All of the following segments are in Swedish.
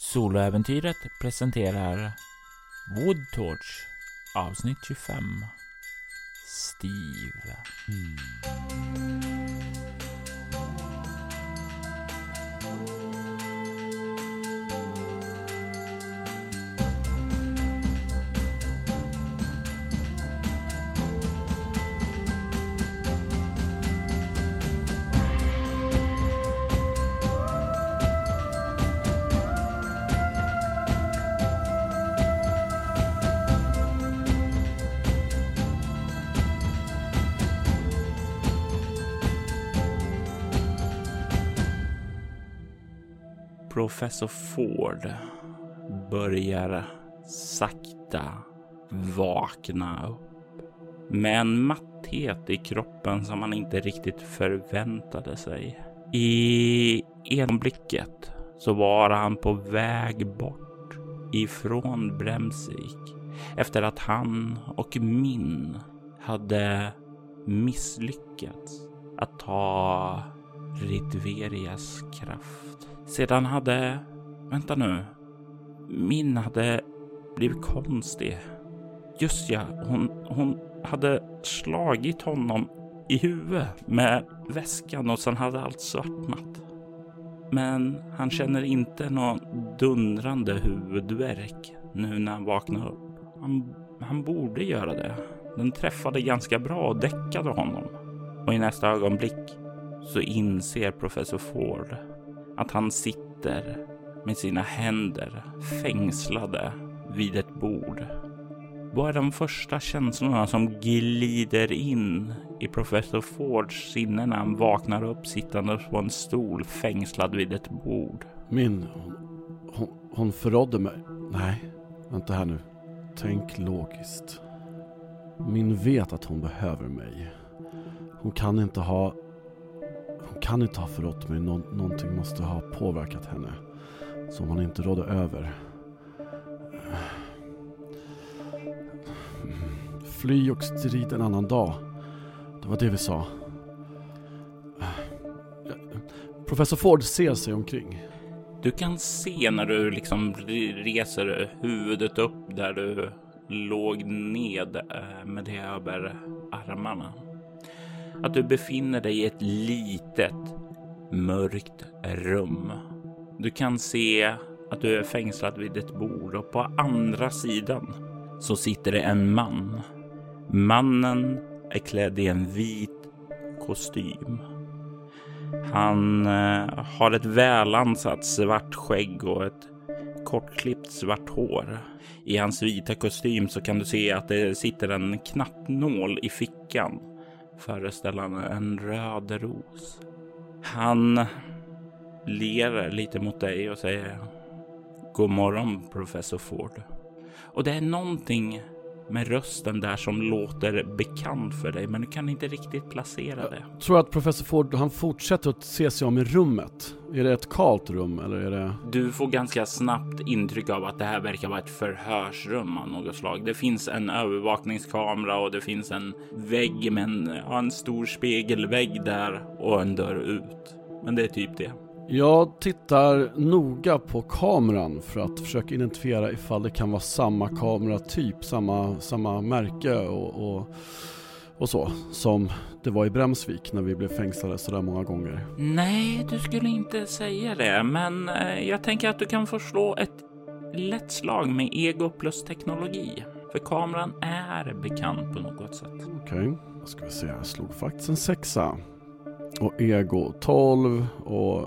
Soloäventyret presenterar Woodtorch avsnitt 25 Steve. Professor Ford börjar sakta vakna upp med en matthet i kroppen som han inte riktigt förväntade sig. I ögonblicket så var han på väg bort ifrån Bremsvik efter att han och Min hade misslyckats att ta Ridverias kraft. Sedan hade, Min hade blivit konstig. Just ja, hon hade slagit honom i huvudet med väskan och sen hade allt svartnat. Men han känner inte någon dundrande huvudvärk nu när han vaknar upp. Han borde göra det. Den träffade ganska bra och däckade honom. Och i nästa ögonblick så inser professor Ford att han sitter med sina händer fängslade vid ett bord. Vad är de första känslorna som glider in i professor Fords sinne när han vaknar upp sittande på en stol fängslad vid ett bord? Hon förrådde mig. Nej, vänta här nu. Tänk logiskt. Min vet att hon behöver mig. Hon kan inte ha förrått mig. Någonting måste ha påverkat henne som hon inte rådde över. Fly och strid en annan dag. Det var det vi sa. Professor Ford ser sig omkring. Du kan se när du liksom reser huvudet upp där du låg ned med det över armarna. Att du befinner dig i ett litet, mörkt rum. Du kan se att du är fängslad vid ett bord och på andra sidan så sitter det en man. Mannen är klädd i en vit kostym. Han har ett välansat svart skägg och ett kortklippt svart hår. I hans vita kostym så kan du se att det sitter en knappnål i fickan. Föreställande en röd ros. Han ler lite mot dig och säger: God morgon, professor Ford. Och det är någonting med rösten där som låter bekant för dig, men du kan inte riktigt placera det. Jag tror att professor Ford, han fortsätter att se sig om i rummet. Är det ett kalt rum eller är det... Du får ganska snabbt intryck av att det här verkar vara ett förhörsrum av något slag. Det finns en övervakningskamera och det finns en vägg med en stor spegelvägg där och en dörr ut. Men det är typ det. Jag tittar noga på kameran för att försöka identifiera ifall det kan vara samma kameratyp, samma märke och så som det var i Bremsvik när vi blev fängslade så där många gånger. Nej, du skulle inte säga det, men jag tänker att du kan få slå ett lätt slag med ego plus teknologi. För kameran är bekant på något sätt. Okej, då ska vi se. Jag slog faktiskt en 6. Och ego 12 och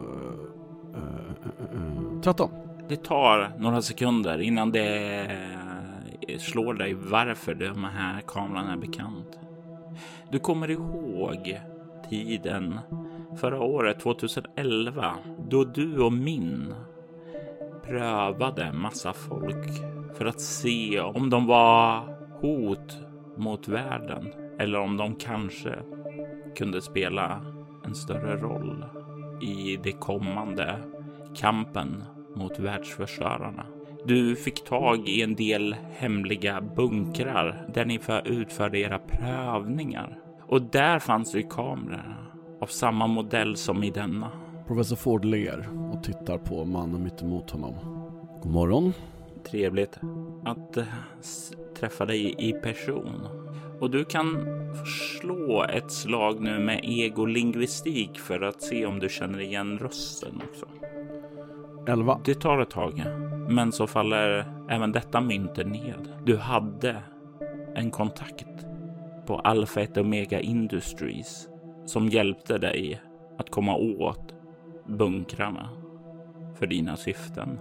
13. Det tar några sekunder innan det slår dig varför de här kameran är bekant. Du kommer ihåg tiden förra året 2011 då du och Min prövade massa folk för att se om de var hot mot världen eller om de kanske kunde spela en större roll i det kommande kampen mot världsförstörarna. Du fick tag i en del hemliga bunkrar där ni utförde era prövningar. Och där fanns det kameror av samma modell som i denna. Professor Ford ler och tittar på mannen mitt emot honom. God morgon. Trevligt att träffa dig i person. Och du kan slå ett slag nu med egolingvistik för att se om du känner igen rösten också. 11. Det tar ett tag, men så faller även detta myntet ned. Du hade en kontakt på Alpha et Omega Industries som hjälpte dig att komma åt bunkrarna för dina syften.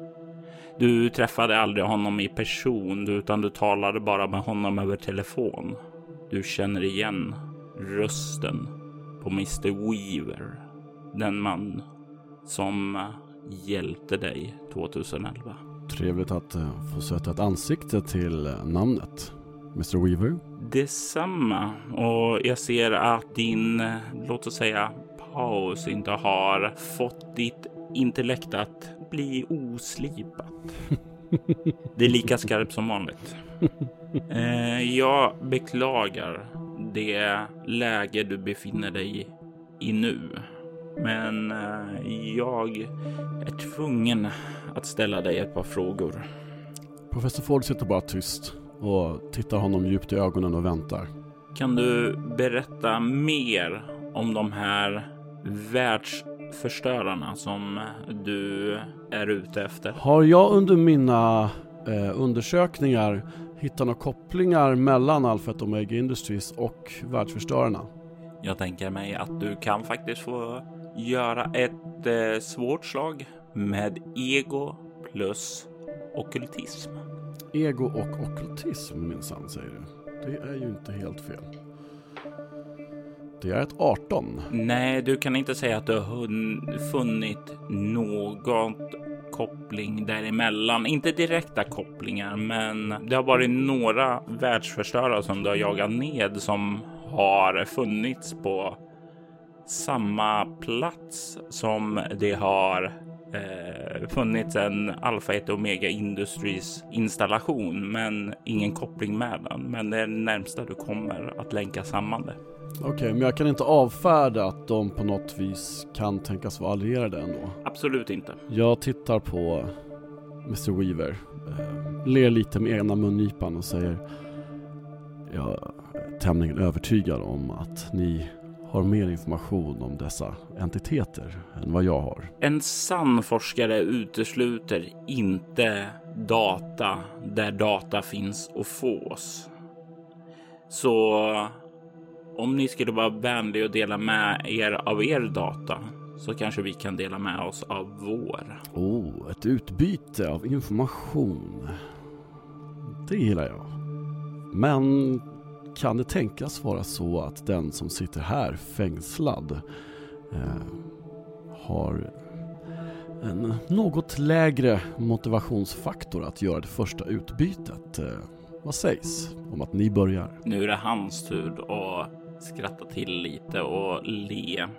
Du träffade aldrig honom i person utan du talade bara med honom över telefon. Du känner igen rösten på Mr. Weaver, den man som hjälpte dig 2011. Trevligt att få sätta ett ansikte till namnet. Mr. Weaver. Detsamma. Och jag ser att din, låt oss säga, paus inte har fått ditt intellekt att bli oslipat. Det är lika skarpt som vanligt. Jag beklagar det läge du befinner dig i nu. Men jag är tvungen att ställa dig ett par frågor. Professor Ford sitter bara tyst och tittar honom djupt i ögonen och väntar. Kan du berätta mer om de här världsförstörarna som du är ute efter? Har jag under mina undersökningar hittat några kopplingar mellan Alpha et Omega Industries och världsförstörarna? Jag tänker mig att du kan faktiskt få göra ett svårt slag med ego plus ockultism. Ego och ockultism minsann, säger du. Det är ju inte helt fel. Det är ett 18. Nej, du kan inte säga att du har funnit någon koppling däremellan. Inte direkta kopplingar, men det har varit några världsförstörare som du har jagat ned som har funnits på samma plats som det har funnits en Alpha et Omega Industries installation, men ingen koppling med den. Men det är närmsta du kommer att länka samman det. Okej, men jag kan inte avfärda att de på något vis kan tänkas vara allierade ändå. Absolut inte. Jag tittar på Mr. Weaver, ler lite med ena mungipan och säger: jag är tämligen övertygad om att ni har mer information om dessa entiteter än vad jag har. En sann forskare utesluter inte data där data finns och fås. Så om ni skulle vara vänliga och dela med er av er data så kanske vi kan dela med oss av vår. Ett utbyte av information. Det gillar jag. Men kan det tänkas vara så att den som sitter här fängslad har en något lägre motivationsfaktor att göra det första utbytet? Vad sägs om att ni börjar? Nu är det hans tur att skratta till lite och le.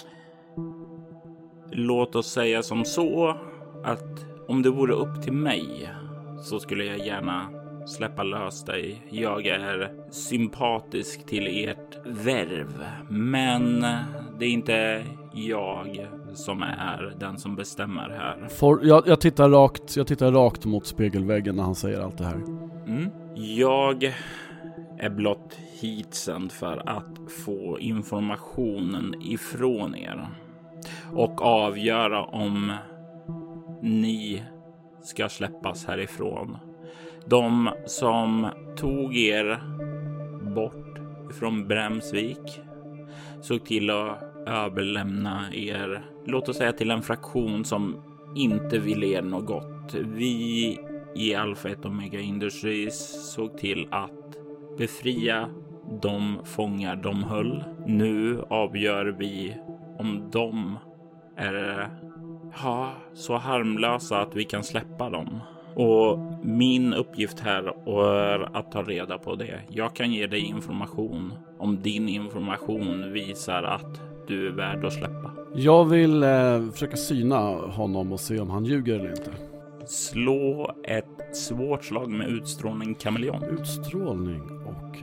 Låt oss säga som så att om det vore upp till mig så skulle jag gärna släppa lös dig. Jag är sympatisk till ert värv, men det är inte jag som är den som bestämmer här. Jag tittar rakt mot spegelväggen när han säger allt det här. Jag är blott hitsänd för att få informationen ifrån er och avgöra om ni ska släppas härifrån. De som tog er bort från Bremsvik såg till att överlämna er, låt oss säga, till en fraktion som inte ville er något gott. Vi i Alpha et Omega Industries såg till att befria de fångar de höll. Nu avgör vi om de är så harmlösa att vi kan släppa dem. Och min uppgift här är att ta reda på det. Jag kan ge dig information om din information visar att du är värd att släppa. Jag vill försöka syna honom och se om han ljuger eller inte. Slå ett svårt slag med utstrålning kameleont. Utstrålning och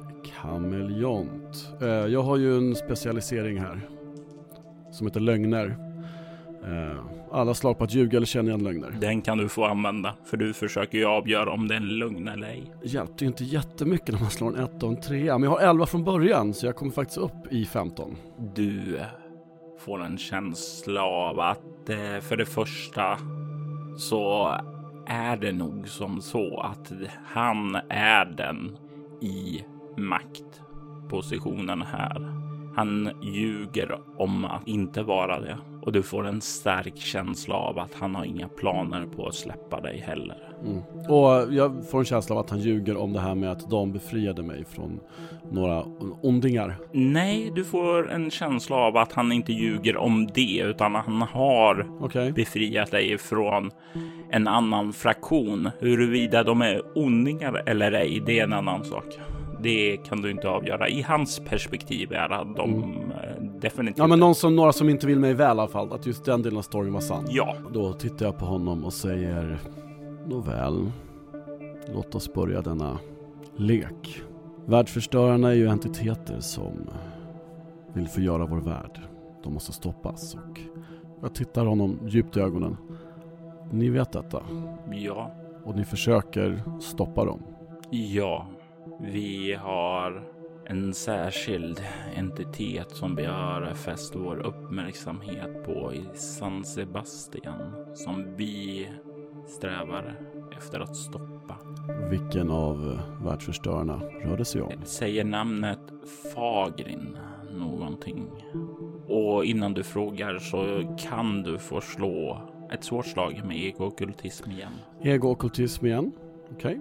kameleont. Jag har ju en specialisering här som heter lögner. Alla slag på att ljuga eller känna igen lögner. Den kan du få använda, för du försöker ju avgöra om det är en lögn eller ej. Det hjälpte ju inte jättemycket när man slår en 1 och en 3. Men jag har 11 från början, så jag kommer faktiskt upp i 15. Du får en känsla av att för det första så är det nog som så att han är den i maktpositionen här. Han ljuger om att inte vara det. Och du får en stark känsla av att han har inga planer på att släppa dig heller. Och jag får en känsla av att han ljuger om det här med att de befriade mig från några ondingar. Nej, du får en känsla av att han inte ljuger om det, utan han har befriat dig från en annan fraktion. Huruvida de är ondingar eller ej, det är en annan sak. Det kan du inte avgöra. I hans perspektiv är att de definitivt... Ja, men några som inte vill mig väl i alla fall. Att just den delen av storyn var sann. Ja. Då tittar jag på honom och säger: nåväl, låt oss börja denna lek. Världsförstörarna är ju entiteter som vill förgöra vår värld. De måste stoppas. Och jag tittar honom djupt i ögonen. Ni vet detta? Ja. Och ni försöker stoppa dem? Ja. Vi har en särskild entitet som vi har fäst vår uppmärksamhet på i San Sebastian, som vi strävar efter att stoppa. Vilken av världsförstörarna rör det sig om? Säger namnet Fagrin någonting? Och innan du frågar så kan du få slå ett svårt slag med ego-okkultism igen. Ego-okkultism igen? Okej.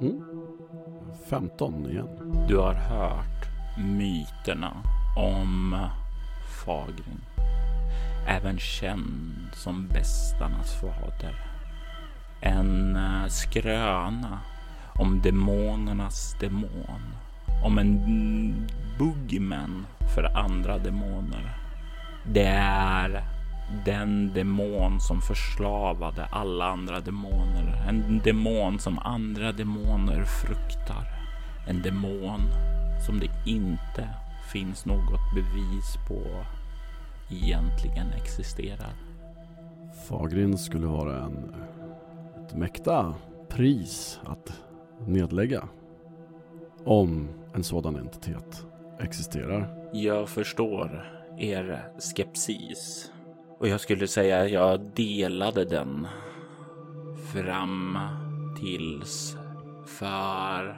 15 igen. Du har hört myterna om Fagrin, även känd som bästarnas fader. En skröna om demonernas demon, om en boogeyman för andra demoner. Det är den demon som förslavade alla andra demoner. En demon som andra demoner fruktar. En demon som det inte finns något bevis på egentligen existerar. Fagrin skulle vara ett mäkta pris att nedlägga om en sådan entitet existerar. Jag förstår er skepsis. Och jag skulle säga att jag delade den fram tills för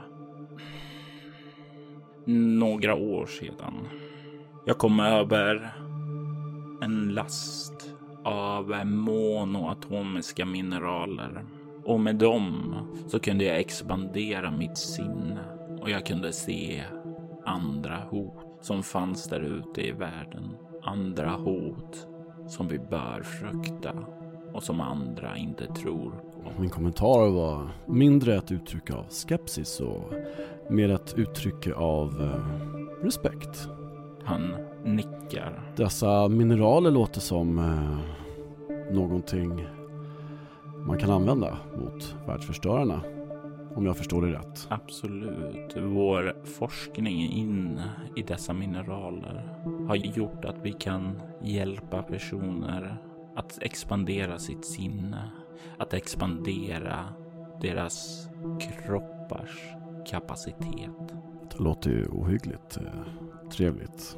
några år sedan. Jag kom över en last av monoatomiska mineraler. Och med dem så kunde jag expandera mitt sinne. Och jag kunde se andra hot som fanns där ute i världen. Andra hot som vi bör frukta och som andra inte tror på. Min kommentar var mindre ett uttryck av skepsis och mer ett uttryck av respekt. Han nickar. Dessa mineraler låter som någonting man kan använda mot världsförstörarna, om jag förstår det rätt. Absolut. Vår forskning in i dessa mineraler har gjort att vi kan hjälpa personer att expandera sitt sinne, att expandera deras kroppars kapacitet. Det låter ju ohyggligt trevligt.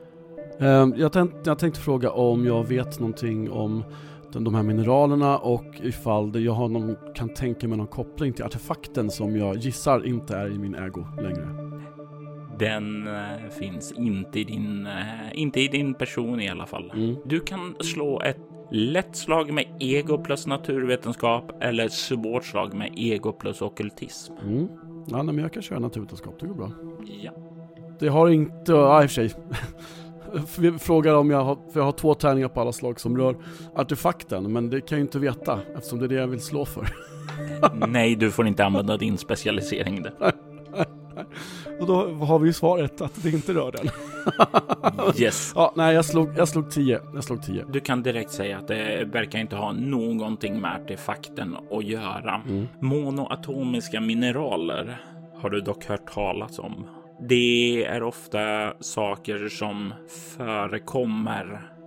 Jag tänkte fråga om jag vet någonting om de här mineralerna och ifall jag kan tänka mig någon koppling till artefakten som jag gissar inte är i min ägo längre. Den finns inte i din person i alla fall. Du kan slå ett lätt slag med ego plus naturvetenskap eller ett svårt slag med ego plus okkultism. Ja, men jag kan köra naturvetenskap, det går bra. Ja. Det har inte... i och för sig. Vi frågar om för jag har 2 tärningar på alla slag som rör artefakten, men det kan jag inte veta eftersom det är det jag vill slå för. Nej, du får inte använda din specialisering där. Och då har vi ju svaret att det inte rör den. Yes. Ja, nej, jag slog 10. Du kan direkt säga att det verkar inte ha någonting med artefakten att göra. Monoatomiska mineraler har du dock hört talas om. Det är ofta saker som förekommer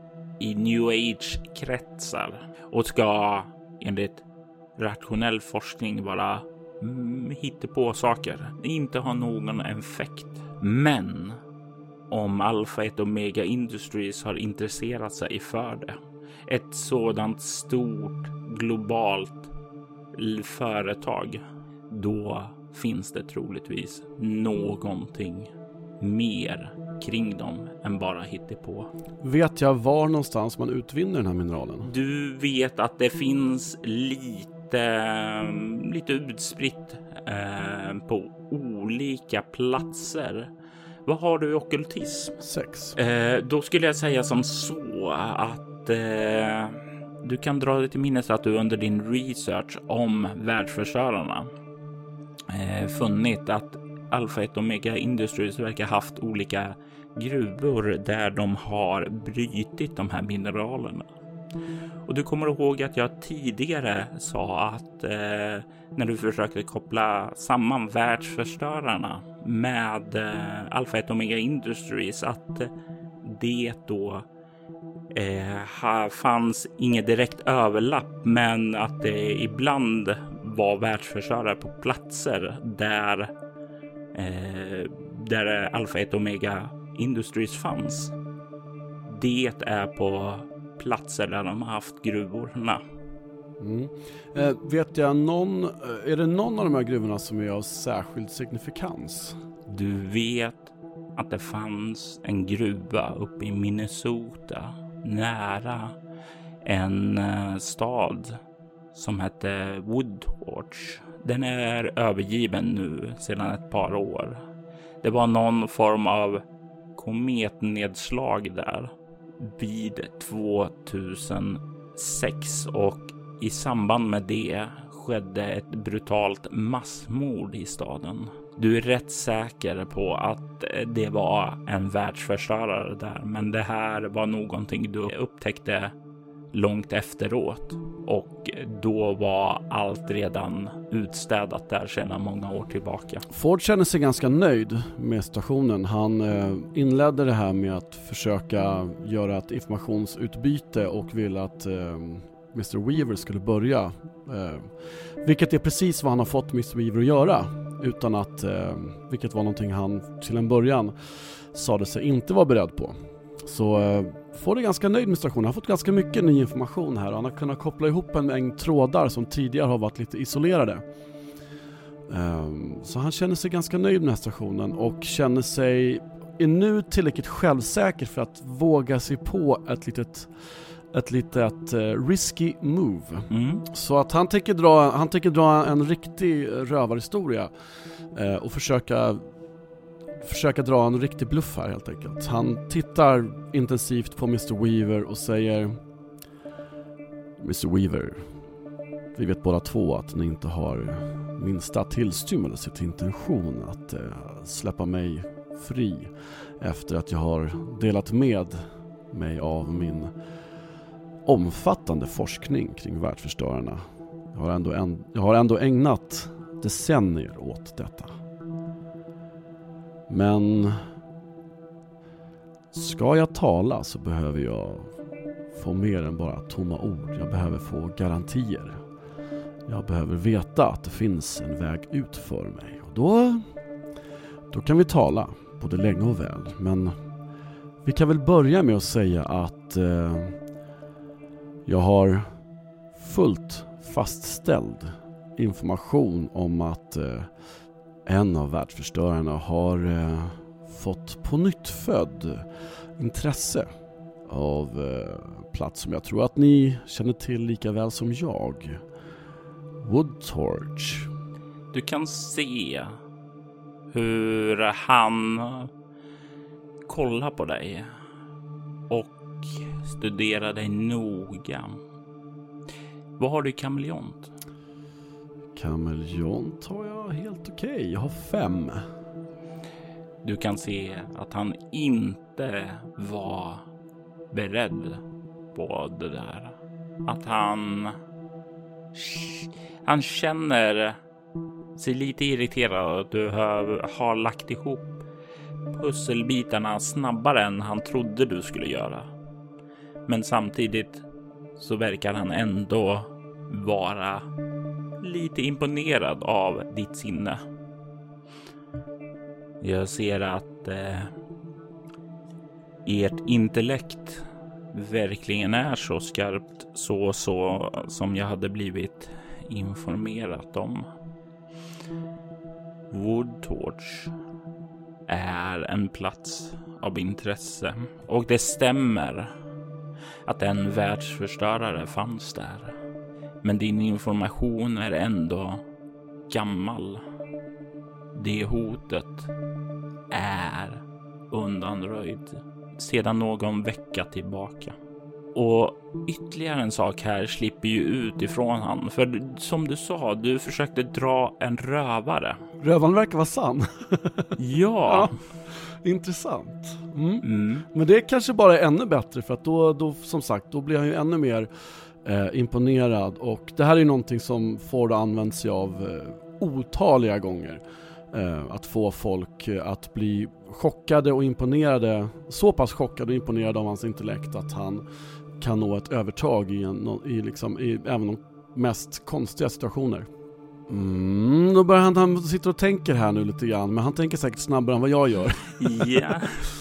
i New Age-kretsar och ska enligt rationell forskning vara hittepå saker. Inte ha någon effekt. Men om Alpha 1 Omega Industries har intresserat sig för det. Ett sådant stort globalt företag. Då finns det troligtvis någonting mer kring dem än bara hittepå. Vet jag var någonstans man utvinner den här mineralen? Du vet att det finns lite utspritt på olika platser. Vad har du i ockultism? 6. Då skulle jag säga som så att du kan dra dig till minnes att du under din research om världsförstörarna funnit att Alpha 1 Omega Industries verkar haft olika gruvor där de har brytit de här mineralerna. Och du kommer ihåg att jag tidigare sa att när du försökte koppla samman världsförstörarna med Alpha 1 Omega Industries att det då fanns inget direkt överlapp, men att det ibland var världsförstörare på platser där Alpha 1 Omega Industries fanns. Det är på platser där de har haft gruvorna. Vet jag är det någon av de här gruvorna som är av särskild signifikans? Du vet att det fanns en gruva uppe i Minnesota nära en stad som hette Woodtorch. Den är övergiven nu sedan ett par år. Det var någon form av kometnedslag där vid 2006 och i samband med det skedde ett brutalt massmord i staden. Du är rätt säker på att det var en världsförstörare där, men det här var någonting du upptäckte långt efteråt och då var allt redan utstädat där sedan många år tillbaka. Ford känner sig ganska nöjd med situationen. Han inledde det här med att försöka göra ett informationsutbyte och ville att Mr. Weaver skulle börja. Vilket är precis vad han har fått Mr. Weaver att göra, utan att, vilket var någonting han till en början sade sig inte vara beredd på. Så Ford är ganska nöjd med stationen. Han har fått ganska mycket ny information här. Han har kunnat koppla ihop en mängd trådar som tidigare har varit lite isolerade. Så han känner sig ganska nöjd med den här stationen och är nu tillräckligt självsäker för att våga sig på ett litet risky move. Så att han tänker dra en riktig rövarhistoria och försöka dra en riktig bluff här helt enkelt. Han tittar intensivt på Mr. Weaver och säger: Mr. Weaver, vi vet båda två att ni inte har minsta tillstymmelse till intention att släppa mig fri efter att jag har delat med mig av min omfattande forskning kring världsförstörarna. Jag har ändå ägnat decennier åt detta. Men ska jag tala så behöver jag få mer än bara tomma ord. Jag behöver få garantier. Jag behöver veta att det finns en väg ut för mig. Och då kan vi tala både länge och väl. Men vi kan väl börja med att säga att jag har fullt fastställd information om att en av världsförstörarna har fått på nytt född intresse av plats som jag tror att ni känner till lika väl som jag. Woodtorch. Du kan se hur han kollar på dig och studerar dig noga. Vad har du i kameleont? Kameleont har jag helt okej. Jag har 5. Du kan se att han inte var beredd på det där. Att han känner sig lite irriterad att du har lagt ihop pusselbitarna snabbare än han trodde du skulle göra. Men samtidigt så verkar han ändå vara lite imponerad av ditt sinne. Jag ser att ert intellekt verkligen är så skarpt så som jag hade blivit informerat om. Woodtorch är en plats av intresse och det stämmer att en världsförstörare fanns där. Men din information är ändå gammal. Det hotet är undanröjt sedan någon vecka tillbaka. Och ytterligare en sak här slipper ju ut ifrån han. För som du sa, du försökte dra en rövare. Rövaren verkar vara sann. Ja. Intressant. Men det är kanske bara ännu bättre, för att då som sagt, då blir han ju ännu mer imponerad. Och det här är ju någonting som Ford använt sig av otaliga gånger. Att få folk att bli chockade och imponerade, så pass chockade och imponerade av hans intellekt att han kan nå ett övertag i även de mest konstiga situationer. Då börjar han sitter och tänker här nu lite grann, men han tänker säkert snabbare än vad jag gör. Ja.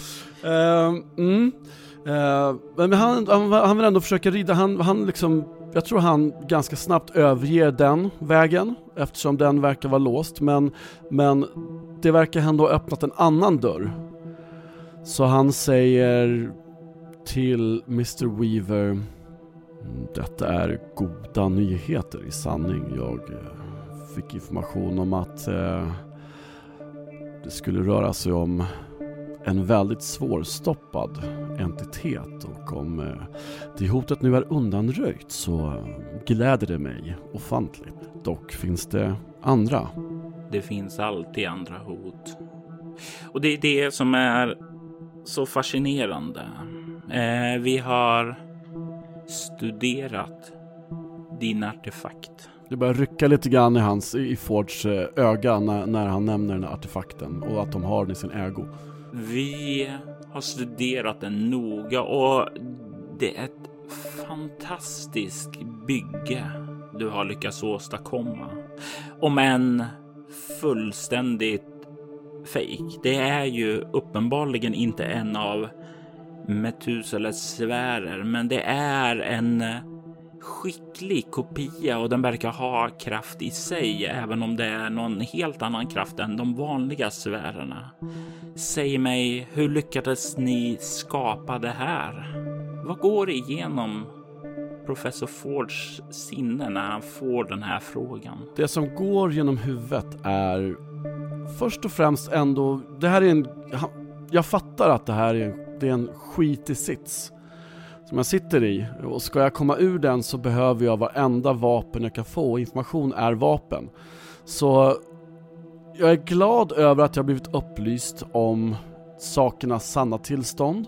Men han vill ändå försöka rida. Han liksom, jag tror han ganska snabbt överger den vägen eftersom den verkar vara låst, men det verkar ändå ha öppnat en annan dörr. Så han säger till Mr. Weaver: detta är goda nyheter i sanning. Jag fick information om att det skulle röra sig om en väldigt svårstoppad entitet, och om det hotet nu är undanröjt så gläder det mig ofantligt. Dock finns det andra. Det finns alltid andra hot. Och det är det som är så fascinerande. Vi har studerat din artefakt. Det börjar rycka lite grann i Fords öga när han nämner den här artefakten och att de har den i sin ägo. Vi har studerat den noga och det är ett fantastiskt bygge du har lyckats åstadkomma. Om en fullständigt fake. Det är ju uppenbarligen inte en av Methuselahs sfärer, men det är en skicklig kopia och den verkar ha kraft i sig, även om det är någon helt annan kraft än de vanliga sfärerna. Säg mig, hur lyckades ni skapa det här? Vad går igenom professor Fords sinne när han får den här frågan? Det som går genom huvudet är först och främst ändå, det här är jag fattar att det här är en skitig sits som jag sitter i, och ska jag komma ur den så behöver jag varenda vapen jag kan få. Information är vapen. Så jag är glad över att jag blivit upplyst om sakernas sanna tillstånd.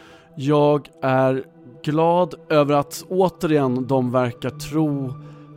Jag är glad över att återigen de verkar tro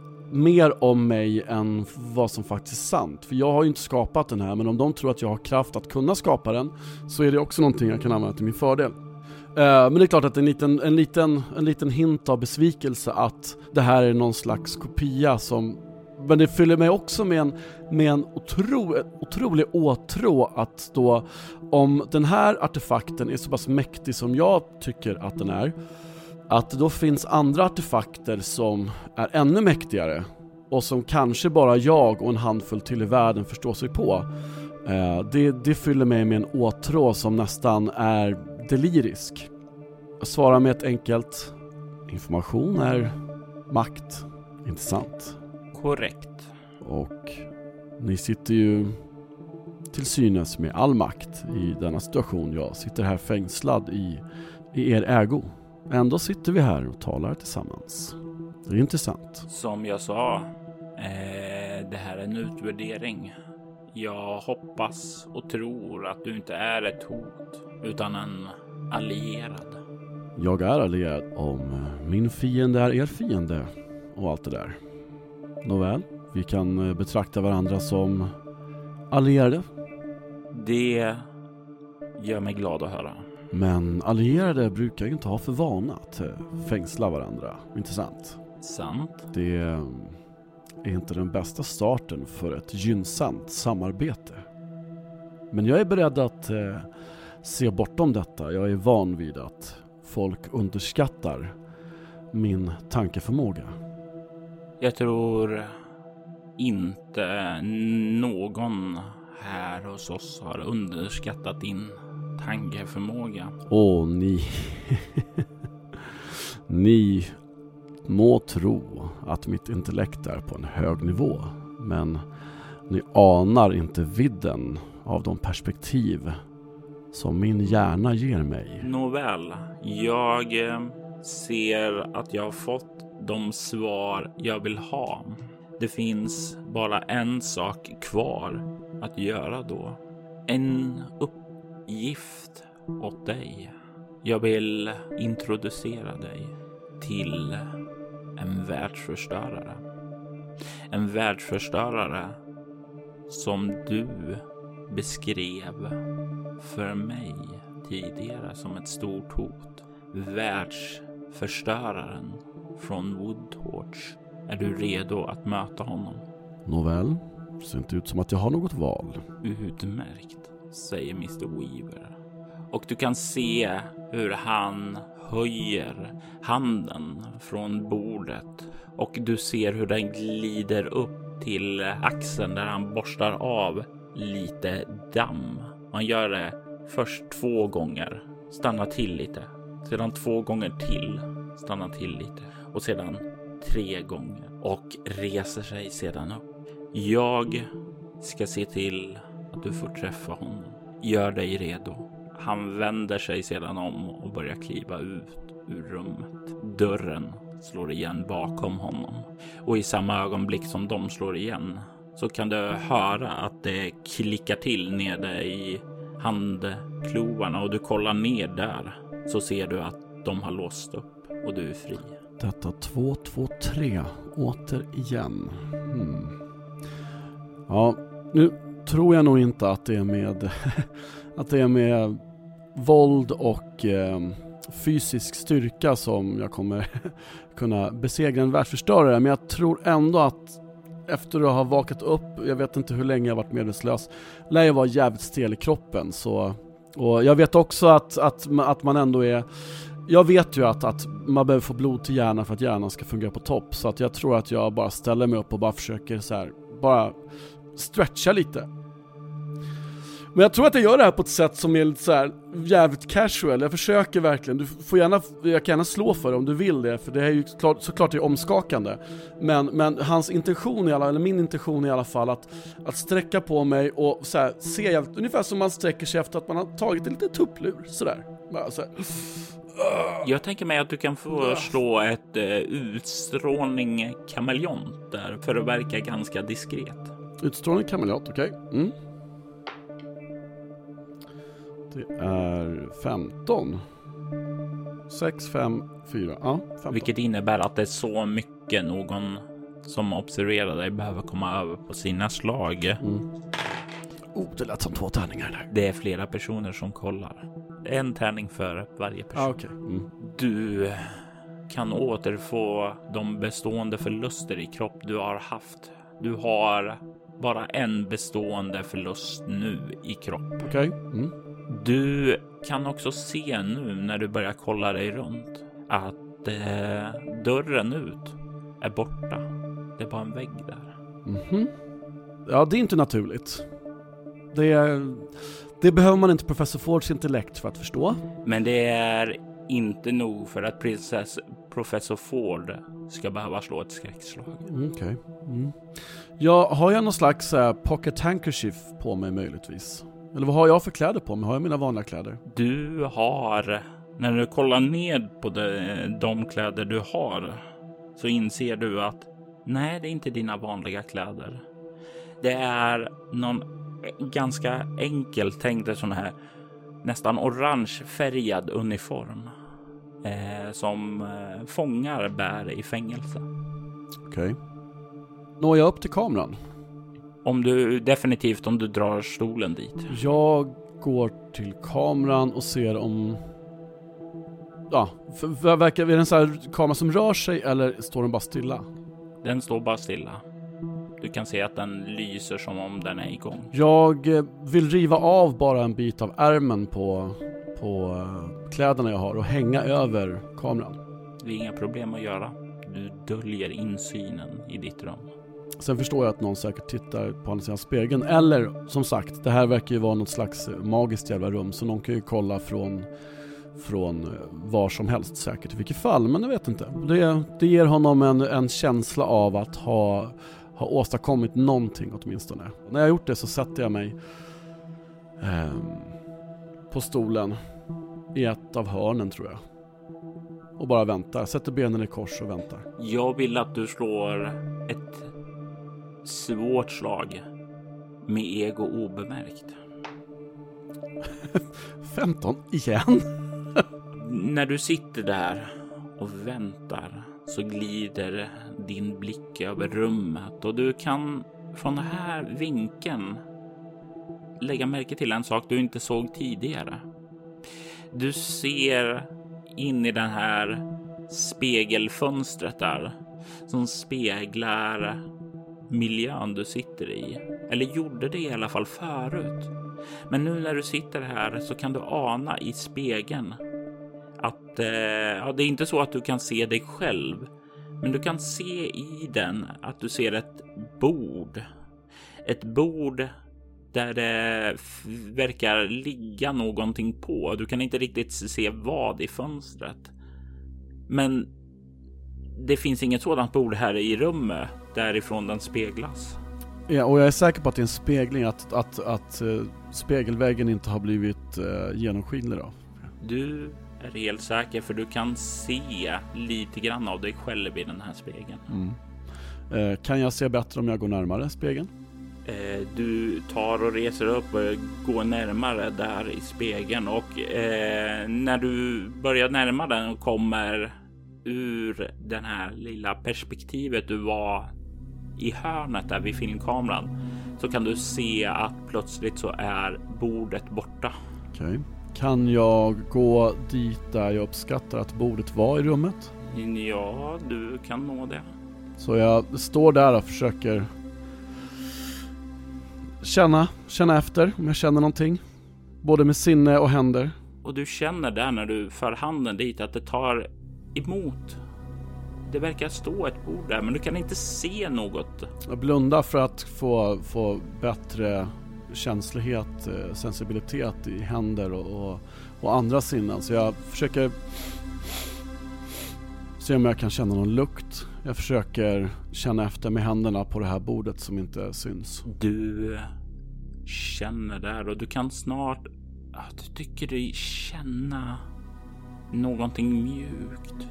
mer om mig än vad som faktiskt är sant. För jag har ju inte skapat den här, men om de tror att jag har kraft att kunna skapa den så är det också någonting jag kan använda till min fördel. Men det är klart att en liten hint av besvikelse att det här är någon slags kopia som, men det fyller mig också med en otrolig åtrå att då, om den här artefakten är så pass mäktig som jag tycker att den är, att det då finns andra artefakter som är ännu mäktigare och som kanske bara jag och en handfull till i världen förstår sig på. Det fyller mig med en åtrå som nästan är delirisk. Jag svarar med ett enkelt: information är makt, inte sant? Korrekt. Och ni sitter ju till synes med all makt i denna situation. Jag sitter här fängslad i er ägo. Ändå sitter vi här och talar tillsammans. Det är intressant. Som jag sa, det här är en utvärdering. Jag hoppas och tror att du inte är ett hot utan en allierad. Jag är allierad om min fiende är er fiende och allt det där. Nåväl, vi kan betrakta varandra som allierade. Det gör mig glad att höra. Men allierade brukar ju inte ha för vana att fängsla varandra, inte sant? Sant. Det är inte den bästa starten för ett gynnsamt samarbete. Men jag är beredd att se bortom detta. Jag är van vid att folk underskattar min tankeförmåga. Jag tror inte någon här hos oss har underskattat din tankeförmåga. Och ni må tro att mitt intellekt är på en hög nivå, men ni anar inte vidden av de perspektiv som min hjärna ger mig. Nåväl, jag ser att jag har fått de svar jag vill ha. Det finns bara en sak kvar att göra då. En uppgift åt dig. Jag vill introducera dig till en världsförstörare. En världsförstörare som du beskrev för mig tidigare som ett stort hot. Världsförstöraren från Woodtorch. Är du redo att möta honom? Nåväl, det ser inte ut som att jag har något val. Utmärkt, säger Mr. Weaver. Och du kan se hur han höjer handen från bordet. Och du ser hur den glider upp till axeln där han borstar av lite damm. Man gör det först 2 gånger, stannar till lite. Sedan 2 gånger till, stannar till lite. Och sedan 3 gånger. Och reser sig sedan upp. Jag ska se till att du får träffa honom. Gör dig redo. Han vänder sig sedan om och börjar kliva ut ur rummet. Dörren slår igen bakom honom. Och i samma ögonblick som de slår igen så kan du höra att det klickar till nere i handklovarna. Och du kollar ner där så ser du att de har låst upp och du är fri. Detta 2, 2, 3 återigen. Ja, nu tror jag nog inte att det är med att det är med våld och fysisk styrka som jag kommer kunna besegra en världsförstörare. Men jag tror ändå att efter att ha vakat upp, jag vet inte hur länge jag varit medvetslös, lär jag vara jävligt stel i kroppen. Så, och jag vet också att man ändå är... Jag vet ju att man behöver få blod till hjärnan för att hjärnan ska fungera på topp. Så att jag tror att jag bara ställer mig upp och bara försöker så här, bara stretcha lite. Men jag tror att jag gör det här på ett sätt som är lite så här jävligt casual. Jag försöker verkligen. Jag kan gärna slå för det om du vill det, för det är ju såklart det är omskakande. Men hans intention min intention är i alla fall att sträcka på mig och så här, se ungefär som man sträcker sig efter att man har tagit en liten tupplur så där. Bara så här. Jag tänker mig att du kan få slå ett utstrålning kameleont där för att verka ganska diskret. Utstrålning kameleont, okej. Okay. Det är 15. 6, 5, 4. Ja, 15. Vilket innebär att det är så mycket någon som observerar dig behöver komma över på sina slag. Det lät som 2 tärningar där. Det är flera personer som kollar. 1 tärning för varje person. Okay. Du kan återfå de bestående förluster i kropp du har haft. Du har bara en bestående förlust nu i kropp. Okej. Du kan också se nu när du börjar kolla dig runt att dörren ut är borta. Det är bara en vägg där. Ja, det är inte naturligt. Det behöver man inte professor Fords intellekt för att förstå. Men det är inte nog för att professor Ford ska behöva slå ett skräckslag. Okej. Har jag någon slags pocket handkerchief på mig möjligtvis? Eller vad har jag för kläder på mig? Har jag mina vanliga kläder? Du har, när du kollar ned på de kläder du har, så inser du att nej, det är inte dina vanliga kläder. Det är någon ganska enkelt tänkt sån här nästan orangefärgad uniform som fångar bär i fängelse. Okej. Når jag upp till kameran? Om du drar stolen dit. Jag går till kameran och ser om... Ja, är det en sån här kamera som rör sig eller står den bara stilla? Den står bara stilla. Du kan se att den lyser som om den är igång. Jag vill riva av bara en bit av ärmen på kläderna jag har och hänga över kameran. Det är inga problem att göra. Du döljer insynen i ditt rum. Sen förstår jag att någon säkert tittar på andra sidan spegeln. Eller som sagt, det här verkar ju vara något slags magiskt jävla rum. Så någon kan ju kolla från var som helst säkert i vilket fall. Men jag vet inte. Det ger honom en känsla av att ha åstadkommit någonting åtminstone. När jag gjort det så sätter jag mig på stolen i ett av hörnen tror jag. Och bara väntar. Sätter benen i kors och väntar. Jag vill att du slår ett svårt slag med ego obemärkt. 15 igen? När du sitter där och väntar så glider din blick över rummet och du kan från den här vinkeln lägga märke till en sak du inte såg tidigare. Du ser in i den här spegelfönstret där som speglar miljön du sitter i. Eller gjorde det i alla fall förut. Men nu när du sitter här så kan du ana i spegeln att det är inte så att du kan se dig själv. Men du kan se i den att du ser ett bord. Ett bord där det verkar ligga någonting på. Du kan inte riktigt se vad i fönstret. Men det finns inget sådant bord här i rummet därifrån den speglas. Ja, och jag är säker på att det är en spegling, att spegelväggen inte har blivit genomskinlig då. Du är helt säker för du kan se lite grann av dig själv i den här spegeln. Kan jag se bättre om jag går närmare spegeln? Du tar och reser upp och går närmare där i spegeln och när du börjar närma den och kommer ur den här lilla perspektivet du var i hörnet där vid filmkameran så kan du se att plötsligt så är bordet borta. Okej. Kan jag gå dit där jag uppskattar att bordet var i rummet? Ja, du kan nå det. Så jag står där och försöker känna efter om jag känner någonting. Både med sinne och händer. Och du känner där när du för handen dit att det tar emot. Det verkar stå ett bord där men du kan inte se något. Jag blundar för att få bättre känslighet, sensibilitet i händer och andra sinnen. Så jag försöker se om jag kan känna någon lukt. Jag försöker känna efter med händerna på det här bordet som inte syns. Du känner där och du kan snart... Du tycker dig känna någonting mjukt.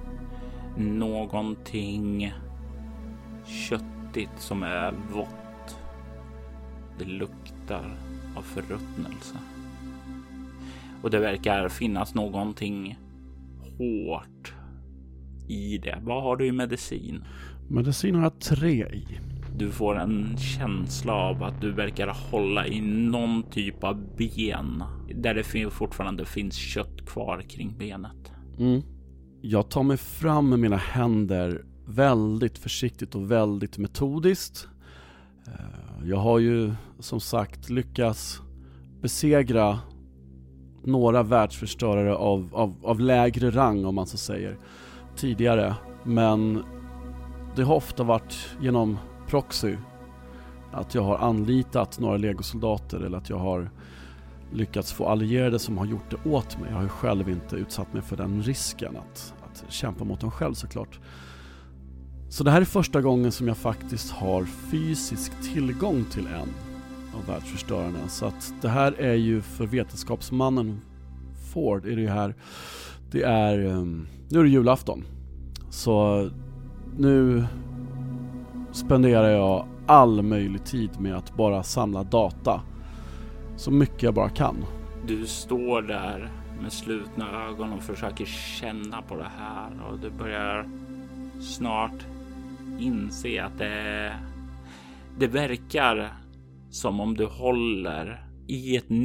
Någonting köttigt som är vått. Det luktar av förruttnelse. Och det verkar finnas någonting hårt i det. Vad har du i medicin? Medicin har jag 3 i. Du får en känsla av att du verkar hålla i någon typ av ben. Där det fortfarande finns kött kvar kring benet. Jag tar mig fram med mina händer väldigt försiktigt och väldigt metodiskt. Jag har ju som sagt lyckats besegra några världsförstörare av lägre rang om man så säger tidigare. Men det har ofta varit genom proxy att jag har anlitat några legosoldater eller att jag har lyckats få allierade som har gjort det åt mig. Jag har ju själv inte utsatt mig för den risken att kämpa mot dem själv såklart. Så det här är första gången som jag faktiskt har fysisk tillgång till en av världsförstörarna. Så att det här är ju för vetenskapsmannen Ford är det ju här. Nu är det julafton. Så nu spenderar jag all möjlig tid med att bara samla data. Så mycket jag bara kan. Du står där med slutna ögon och försöker känna på det här. Och du börjar snart inse att det verkar som om du håller i ett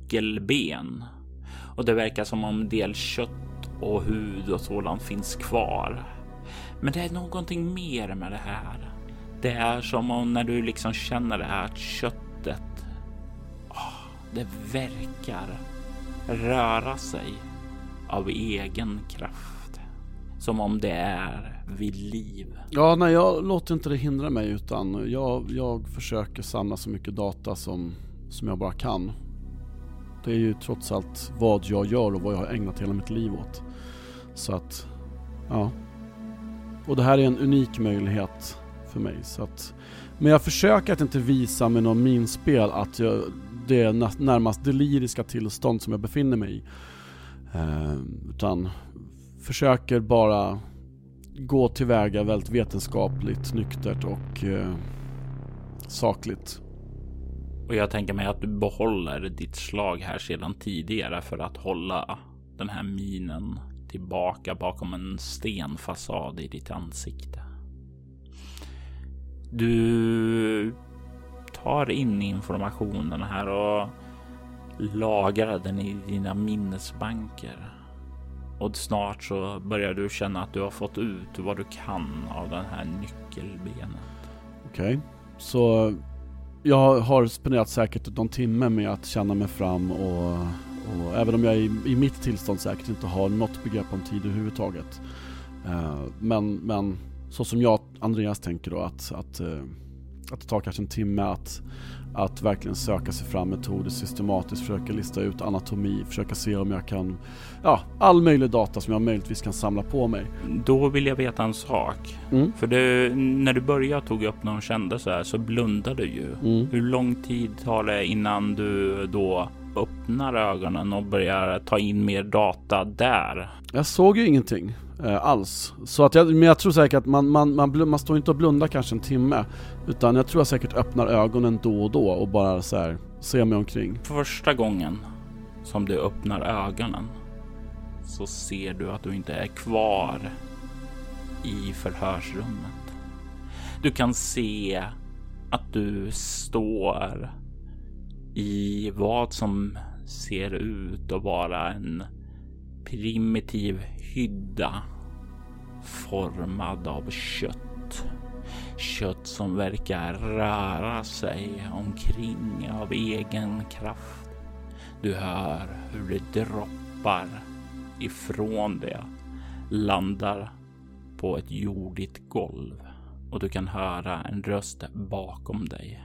nyckelben. Och det verkar som om del kött och hud och sådant finns kvar. Men det är någonting mer med det här. Det är som om när du liksom känner det här köttet. Det verkar röra sig av egen kraft. Som om det är vid liv. Ja, nej, jag låter inte det hindra mig, utan jag försöker samla så mycket data som jag bara kan. Det är ju trots allt vad jag gör och vad jag har ägnat hela mitt liv åt. Så att, ja. Och det här är en unik möjlighet för mig. Så att, men jag försöker att inte visa med någon minspel att det är närmast deliriska tillstånd som jag befinner mig i. Utan försöker bara gå tillväga väldigt vetenskapligt, nyktert och sakligt. Och jag tänker mig att du behåller ditt slag här sedan tidigare för att hålla den här minen tillbaka bakom en stenfasad i ditt ansikte. Du tar in informationen här och lagrar den i dina minnesbanker. Och snart så börjar du känna att du har fått ut vad du kan av den här nyckelbenet. Okej. Så jag har spenderat säkert någon timme med att känna mig fram och även om jag i mitt tillstånd säkert inte har något begrepp om tid överhuvudtaget. Men så som jag, Andreas, tänker då att det tar kanske en timme att verkligen söka sig fram metodiskt, systematiskt, försöka lista ut anatomi, försöka se om jag kan, all möjlig data som jag möjligtvis kan samla på mig. Då vill jag veta en sak. För när du började tog upp någon kände så här, så blundade du ju. Hur lång tid tar det innan du då öppnar ögonen och börjar ta in mer data där? Jag såg ju ingenting alls. Så att men jag tror säkert att man står inte och blundar kanske en timme, utan jag tror jag säkert öppnar ögonen då och då och bara så här ser mig omkring. Första gången som du öppnar ögonen så ser du att du inte är kvar i förhörsrummet. Du kan se att du står i vad som ser ut att vara en primitiv hydda formad av kött. Kött som verkar röra sig omkring av egen kraft. Du hör hur det droppar ifrån det, landar på ett jordigt golv och du kan höra en röst bakom dig.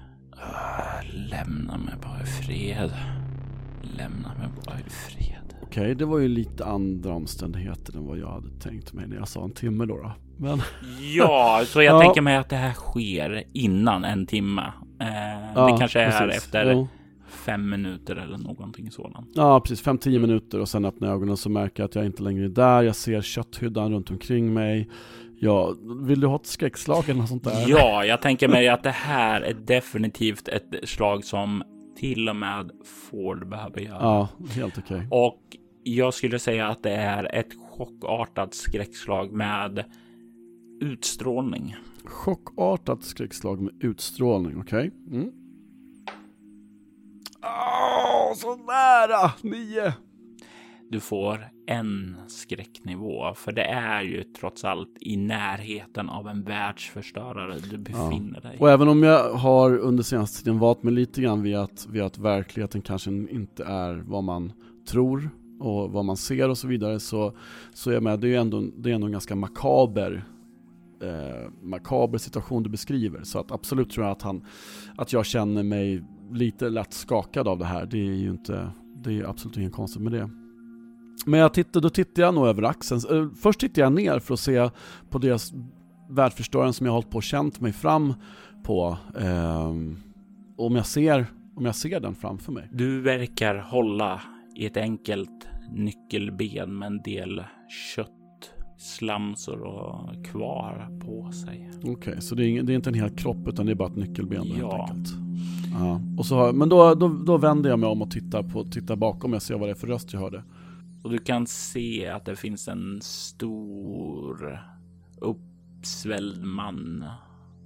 Lämna mig bara i fred. Lämna mig bara i fred. Okej, det var ju lite andra omständigheter än vad jag hade tänkt mig när jag sa en timme då. Men ja, så jag tänker mig att det här sker innan en timme. Det kanske är precis. Efter 5 minuter eller någonting sådant. Ja, precis. 5-10 minuter och sen öppnar jag ögonen så märker jag att jag inte längre är där. Jag ser kötthyddan runt omkring mig. Ja, vill du ha ett skräckslag eller något sånt där? Ja, jag tänker mig att det här är definitivt ett slag som till och med Ford behöver göra. Ja, helt okej. Och jag skulle säga att det är ett chockartat skräckslag med utstrålning. Chockartat skräckslag med utstrålning, okej. Så nära! 9! Du får en skräcknivå, för det är ju trots allt i närheten av en världsförstörare du befinner dig. Och även om jag har under senaste tiden valt mig lite grann vid att verkligheten kanske inte är vad man tror och vad man ser och så vidare, så är jag med. Det är ändå en ganska makaber situation du beskriver. Så att absolut tror jag att jag känner mig lite lätt skakad av det här. Det är absolut ingen konstigt med det. Men då tittar jag nog över axeln. Först tittar jag ner för att se på deras världsförstöraren som jag har hållit på och känt mig fram på. Om jag ser den framför mig. Du verkar hålla i ett enkelt nyckelben med en del köttslamsor och kvar på sig. Okej, så det är inte en hel kropp utan det är bara ett nyckelben helt enkelt. Ja. Och så, men då vänder jag mig om och tittar bakom. Jag ser vad det är för röst jag hörde. Och du kan se att det finns en stor uppsvälld man.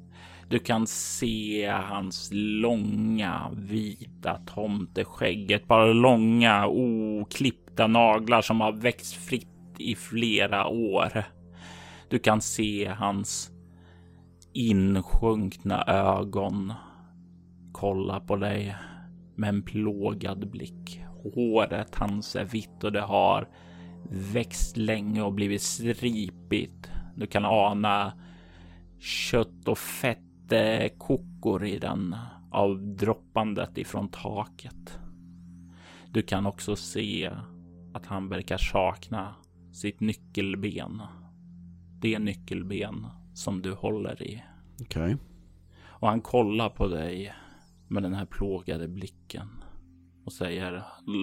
Du kan se hans långa vita tomteskägg. Ett par långa oklippta naglar som har växt fritt i flera år. Du kan se hans insjunkna ögon kolla på dig med en plågad blick. Håret hans är vitt och det har växt länge och blivit stripigt. Du kan ana kött och fettkokor i den av droppandet ifrån taket. Du kan också se att han verkar sakna sitt nyckelben. Det nyckelben som du håller i. Okej. Och han kollar på dig med den här plågade blicken och säger: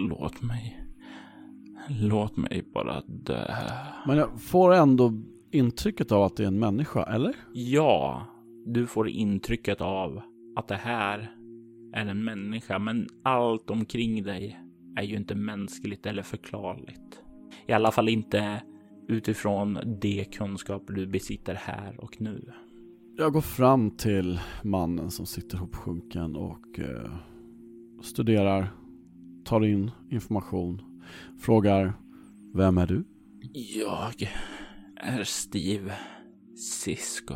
Låt mig bara dö. Men jag får ändå intrycket av att det är en människa, eller? Ja, du får intrycket av att det här är en människa, men allt omkring dig är ju inte mänskligt eller förklarligt. I alla fall inte utifrån de kunskaper du besitter här och nu. Jag går fram till mannen som sitter hopsjunken och studerar, tar in information, frågar: vem är du? Jag är Steve Cisco.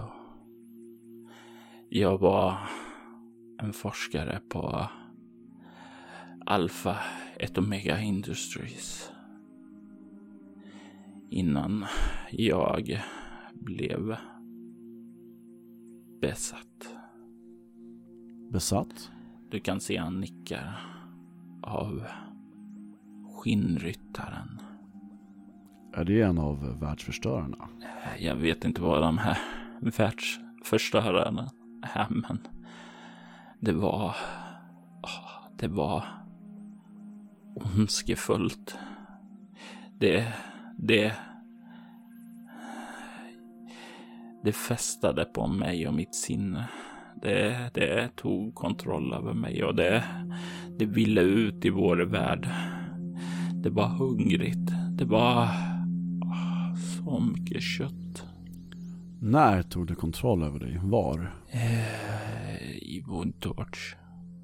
Jag var en forskare på Alpha et Omega Industries innan jag blev besatt. Besatt? Du kan se han nickar av skinnryttaren. Är det en av världsförstörarna? Jag vet inte vad de här världsförstörarna är, men det var ondskefullt. Det fästade på mig och mitt sinne. Det tog kontroll över mig och det ville ut i vår värld. Det var hungrigt. Det var så mycket kött. När tog det kontroll över dig? Var? I Woodtorch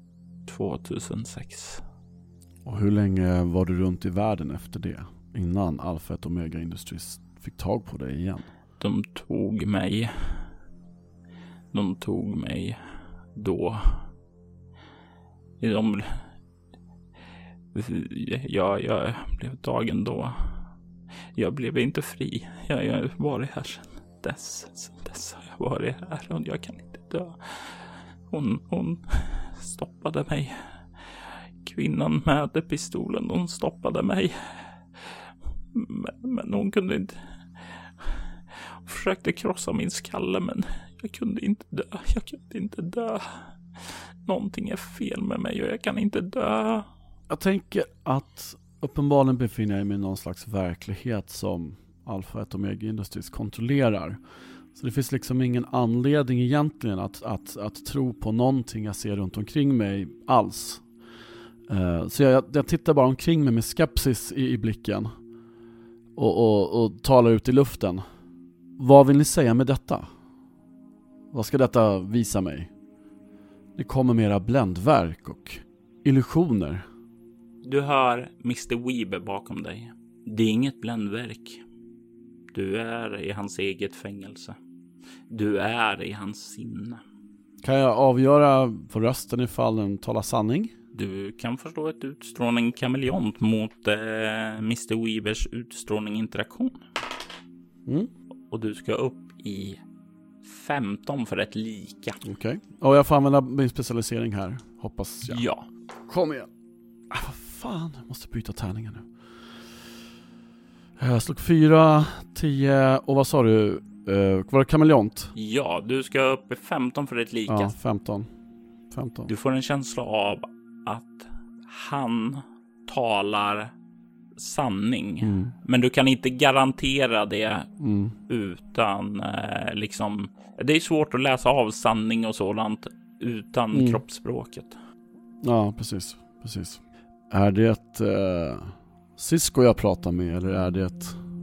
2006. Och hur länge var du runt i världen efter det? Innan Alpha et Omega Industries fick tag på dig igen? De tog mig då. Jag blev tagen då. Jag blev inte fri. Jag har varit här sedan dess har jag varit här och jag kan inte dö. Hon stoppade mig. Kvinnan med pistolen, hon stoppade mig. Men hon kunde inte. Hon försökte krossa min skalle, men jag kunde inte dö. Någonting är fel med mig och jag kan inte dö. Jag tänker att uppenbarligen befinner jag mig i någon slags verklighet som Alpha et Omega Industries kontrollerar. Så det finns liksom ingen anledning egentligen att tro på någonting jag ser runt omkring mig alls. Så jag tittar bara omkring mig med skepsis i blicken och talar ut i luften. Vad vill ni säga med detta? Vad ska detta visa mig? Det kommer mera bländverk och illusioner. Du hör Mr. Weber bakom dig. Det är inget bländverk. Du är i hans eget fängelse. Du är i hans sinne. Kan jag avgöra på rösten ifall den talar sanning? Du kan förstå ett utstrålning kameleont mot Mr. Weavers utstrålning interaktion. Och du ska upp i 15 för ett lika. Okej. Och jag får använda min specialisering här, hoppas jag. Ja. Kom igen. Vad fan, jag måste byta tärningen nu. Jag slog 4, 10 och vad sa du? Var det kameleont? Ja, du ska upp i 15 för ett lika. Ja, 15. Du får en känsla av att han talar sanning. Men du kan inte garantera det utan liksom... Det är svårt att läsa av sanning och sådant utan kroppsspråket. Ja, precis. Är det Cisco jag pratar med eller är det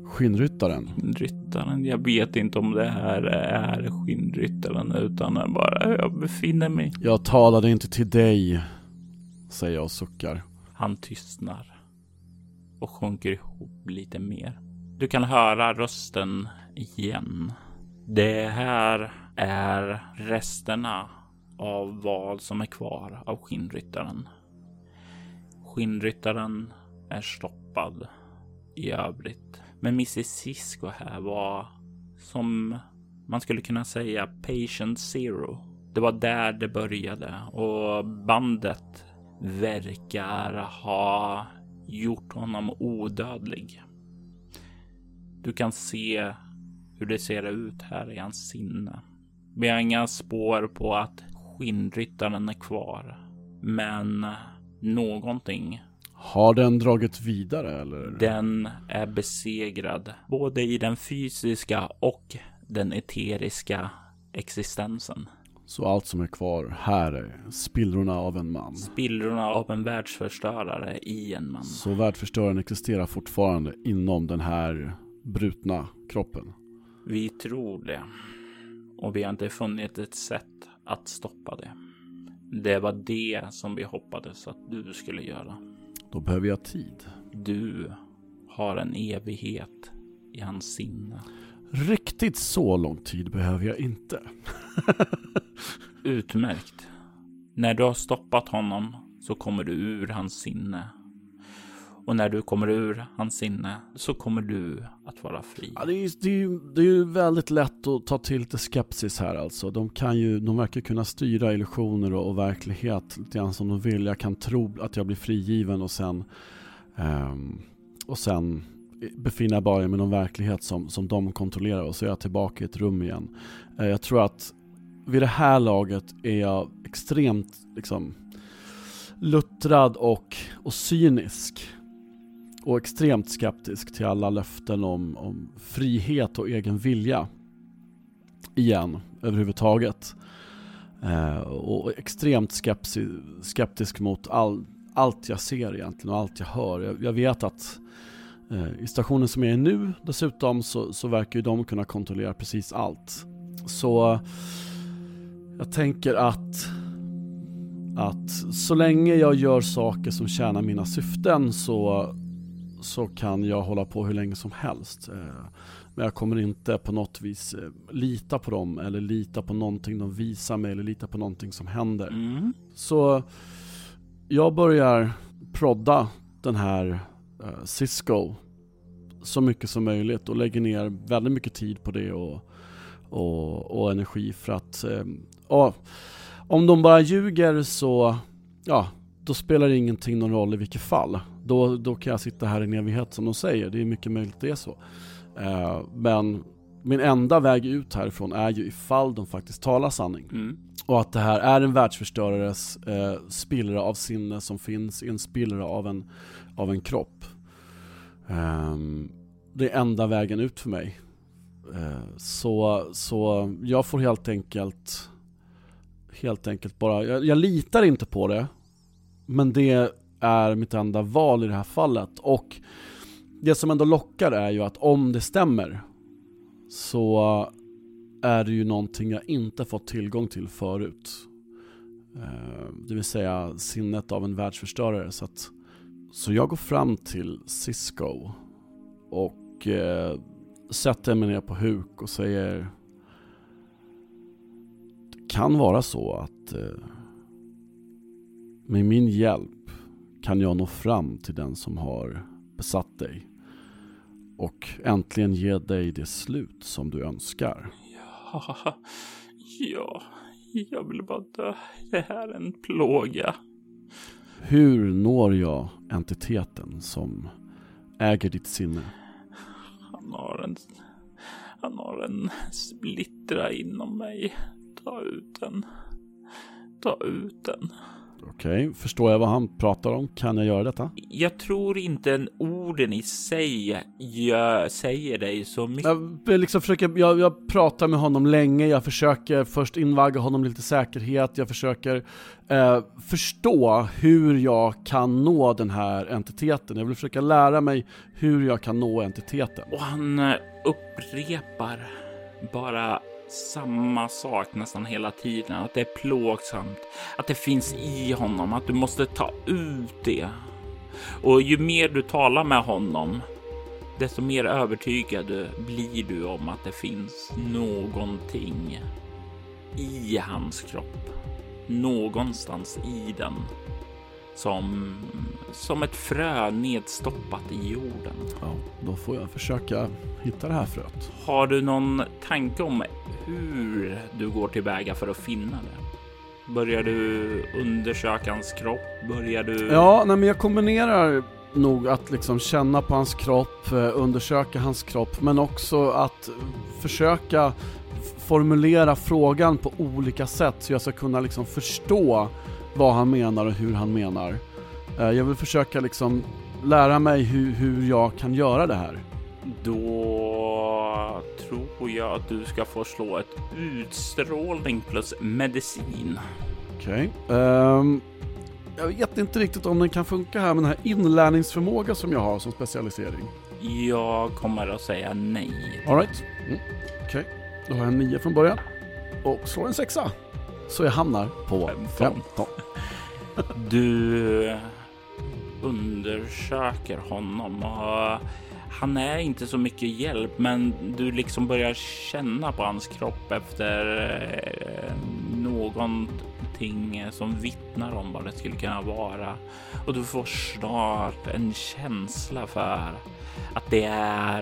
Skinnryttaren? Skinnryttaren, jag vet inte om det här är skinnryttaren utan bara jag befinner mig. Jag talade inte till dig, säger jag och suckar. Han tystnar och sjunker ihop lite mer. Du kan höra rösten igen. Det här är resterna av vad som är kvar av skinnryttaren. Skinnryttaren är stoppad i övrigt. Men Mrs. Cisco här var, som man skulle kunna säga, patient zero. Det var där det började och bandet verkar ha gjort honom odödlig. Du kan se hur det ser ut här i hans sinne. Vi har inga spår på att skinnryttaren är kvar. Men någonting. Har den dragit vidare eller? Den är besegrad både i den fysiska och den eteriska existensen. Så allt som är kvar här är spillrorna av en man? Spillrorna av en världsförstörare i en man. Så världsförstöraren existerar fortfarande inom den här brutna kroppen? Vi tror det. Och vi har inte funnit ett sätt att stoppa det. Det var det som vi hoppades att du skulle göra. Då behöver jag tid. Du har en evighet i hans sinne. Riktigt så lång tid behöver jag inte. Utmärkt. När du har stoppat honom så kommer du ur hans sinne. Och när du kommer ur hans sinne så kommer du att vara fri. Ja, det är ju väldigt lätt att ta till lite skepsis här alltså. De verkar kunna styra illusioner och verklighet lite grann som de vill. Jag kan tro att jag blir frigiven och sen befinner jag bara med någon verklighet som de kontrollerar och så är jag tillbaka i ett rum igen. Jag tror att vid det här laget är jag extremt liksom luttrad och cynisk. Och extremt skeptisk till alla löften om frihet och egen vilja. Igen, överhuvudtaget. Och extremt skeptisk mot allt jag ser egentligen och allt jag hör. Jag vet att i stationen som jag är nu dessutom så verkar ju de kunna kontrollera precis allt. Så jag tänker att så länge jag gör saker som tjänar mina syften så kan jag hålla på hur länge som helst. Men jag kommer inte på något vis lita på dem eller lita på någonting de visar mig eller lita på någonting som händer. Mm. Så jag börjar prodda den här Cisco så mycket som möjligt och lägger ner väldigt mycket tid på det och energi för att om de bara ljuger så då spelar det ingenting någon roll i vilket fall. Då kan jag sitta här i en evighet som de säger. Det är mycket möjligt det är så. Men min enda väg ut härifrån är ju ifall de faktiskt talar sanning. Mm. Och att det här är en världsförstörares spillra av sinne som finns i en spillra av en kropp. Det är enda vägen ut för mig. Så jag får helt enkelt bara... Jag litar inte på det. Men det är mitt enda val i det här fallet. Och det som ändå lockar är ju att om det stämmer så är det ju någonting jag inte fått tillgång till förut. Det vill säga sinnet av en världsförstörare. Så jag går fram till Cisco och sätter mig ner på huk och säger: det kan vara så att med min hjälp kan jag nå fram till den som har besatt dig och äntligen ge dig det slut som du önskar. Ja, jag vill bara dö. Det här är en plåga. Hur når jag entiteten som äger ditt sinne? Han har en splittra inom mig. Ta ut den. Okej, förstår jag vad han pratar om? Kan jag göra detta? Jag tror inte orden i sig säger dig så mycket. Jag pratar med honom länge. Jag försöker först invagga honom lite säkerhet. Jag försöker förstå hur jag kan nå den här entiteten. Jag vill försöka lära mig hur jag kan nå entiteten. Och han upprepar bara samma sak nästan hela tiden. Att det är plågsamt. Att det finns i honom. Att du måste ta ut det. Och ju mer du talar med honom, desto mer övertygad blir du om att det finns någonting i hans kropp. Någonstans i den. Som ett frö nedstoppat i jorden. Ja, då får jag försöka hitta det här fröet. Har du någon tanke om hur du går tillväga för att finna det? Börjar du undersöka hans kropp? Ja, men jag kombinerar nog att liksom känna på hans kropp, undersöka hans kropp, men också att försöka formulera frågan på olika sätt så jag ska kunna liksom förstå vad han menar och hur han menar. Jag vill försöka liksom lära mig hur jag kan göra det här. Då tror jag att du ska få slå ett utstrålning plus medicin. Okej. Jag vet inte riktigt om den kan funka här med den här inlärningsförmåga som jag har som specialisering. Jag kommer att säga nej. All right. Okej. Då har jag en 9 från början. Och slår en 6. Så jag hamnar på 15. Du undersöker honom och han är inte så mycket hjälp, men du liksom börjar känna på hans kropp efter någonting som vittnar om vad det skulle kunna vara. Och du får snart en känsla för att det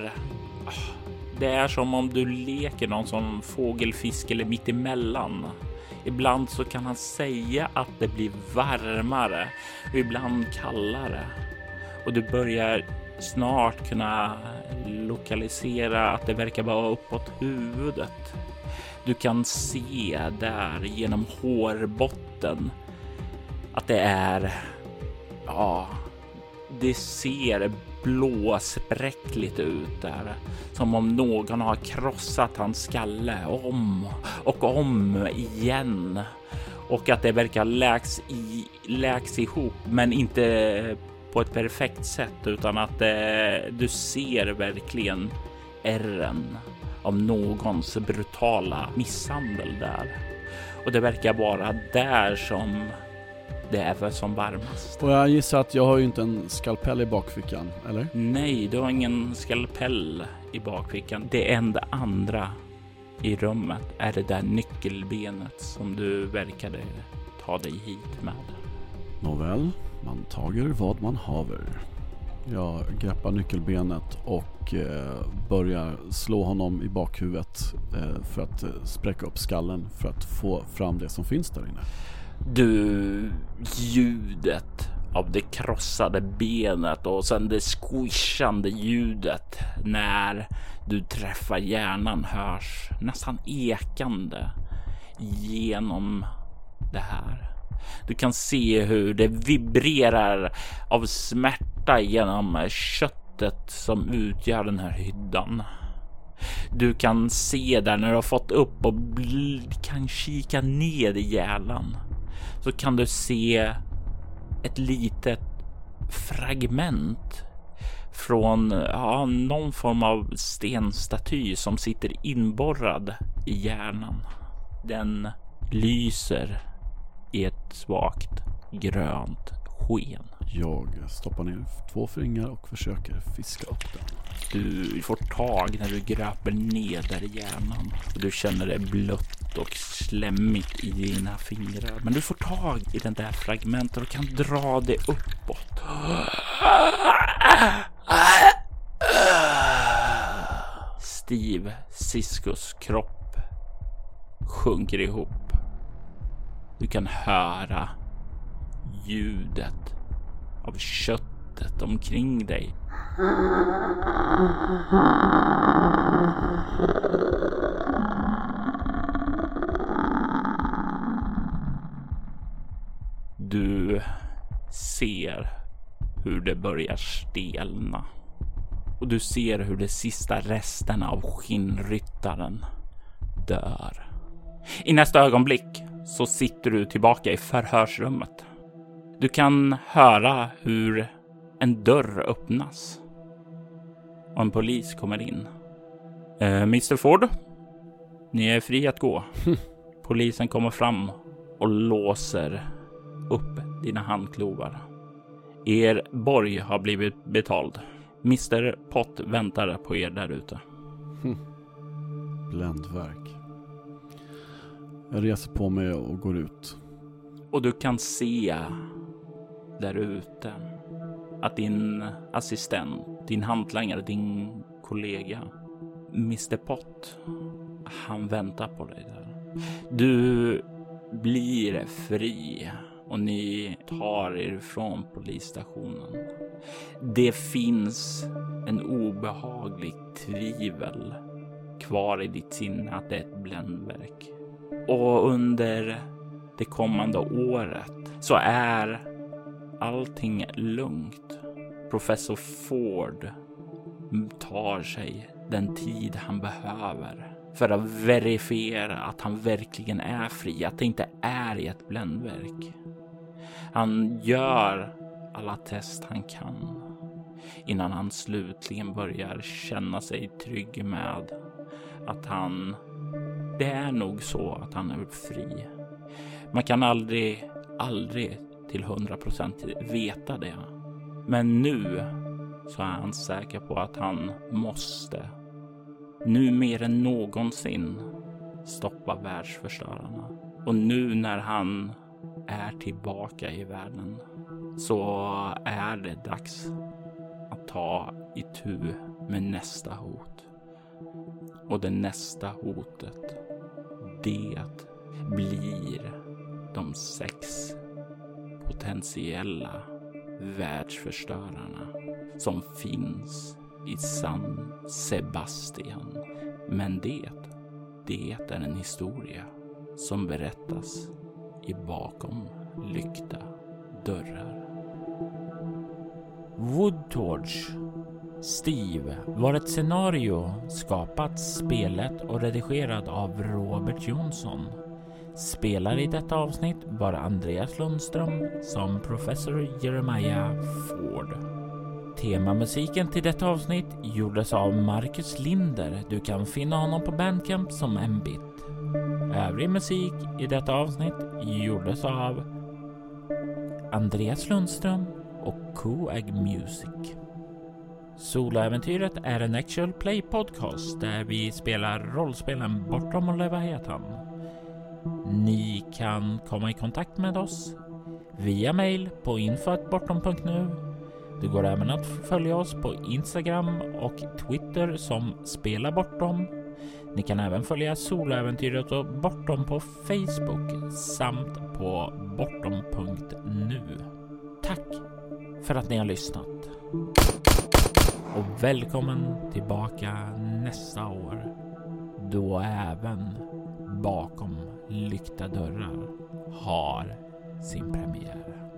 är som om du leker någon som fågelfisk eller mitt emellan. Ibland så kan han säga att det blir varmare och ibland kallare. Och du börjar snart kunna lokalisera att det verkar vara uppåt huvudet. Du kan se där genom hårbotten att det är... Ja, det ser blåspräckligt ut där. Som om någon har krossat hans skalle om och om igen. Och att det verkar läks ihop, men inte på ett perfekt sätt, utan att du ser verkligen ärren av någons brutala misshandel där. Och det verkar vara där som det är väl som varmast. Och jag gissar att jag har ju inte en skalpell i bakfickan, eller? Nej, du har ingen skalpell i bakfickan. Det enda andra i rummet är det där nyckelbenet som du verkade ta dig hit med. Nåväl, man tager vad man haver. Jag greppar nyckelbenet och börjar slå honom i bakhuvudet för att spräcka upp skallen för att få fram det som finns där inne. Ljudet av det krossade benet och sen det squishande ljudet när du träffar hjärnan hörs nästan ekande genom det här. Du kan se hur det vibrerar av smärta genom köttet som utgör den här hyddan. Du kan se där när du har fått upp och kan kika ner i hjärnan, så kan du se ett litet fragment från någon form av stenstaty som sitter inborrad i hjärnan. Den lyser i ett svagt grönt sken. Jag stoppar ner 2 fingrar och försöker fiska upp den. Du får tag när du gröper ner där i hjärnan. Och du känner det blött och slemmigt i dina fingrar. Men du får tag i den där fragmentet och kan dra det uppåt. Steve Siskus kropp sjunker ihop. Du kan höra ljudet av köttet omkring dig. Du ser hur det börjar stelna. Och du ser hur de sista resterna av skinnryttaren dör. I nästa ögonblick så sitter du tillbaka i förhörsrummet. Du kan höra hur en dörr öppnas. Och en polis kommer in. Mr. Ford, ni är fri att gå. Polisen kommer fram och låser upp dina handklovar. Er borg har blivit betald. Mr. Pott väntar på er där ute. Bländverk. Jag reser på mig och går ut. Och du kan se där ute att din assistent, din hantlangare, din kollega Mr. Pott, han väntar på dig där. Du blir fri och ni tar er från polisstationen. Det finns en obehaglig tvivel kvar i ditt sinne att det är ett bländverk. Och under det kommande året så är allting lugnt. Professor Ford tar sig den tid han behöver för att verifiera att han verkligen är fri, att det inte är i ett bländverk. Han gör alla test han kan innan han slutligen börjar känna sig trygg med att det är nog så att han är fri. Man kan aldrig till 100% veta det. Men nu så är han säker på att han måste, nu mer än någonsin, stoppa världsförstörarna. Och nu när han är tillbaka i världen så är det dags att ta itu med nästa hot. Och det nästa hotet, det blir de 6 potentiella världsförstörarna som finns i San Sebastian. Men det är en historia som berättas i bakom lyckta dörrar. Woodtorch Steve var ett scenario skapat, spelet och redigerat av Robert Jonsson. Spelare i detta avsnitt var Andreas Lundström som Professor Jeremiah Ford. Temamusiken till detta avsnitt gjordes av Marcus Linder. Du kan finna honom på Bandcamp som Mbit. Övrig musik i detta avsnitt gjordes av Andreas Lundström och Coag Music. Soloäventyret är en actual play podcast där vi spelar rollspelen Bortom och Leviathan. Ni kan komma i kontakt med oss via mail på info@bortom.nu. Det går även att följa oss på Instagram och Twitter som Spela Bortom. Ni kan även följa Soloäventyret och Bortom på Facebook samt på bortom.nu. Tack för att ni har lyssnat. Och välkommen tillbaka nästa år, då även Bakom lyckta dörrar har sin premiär.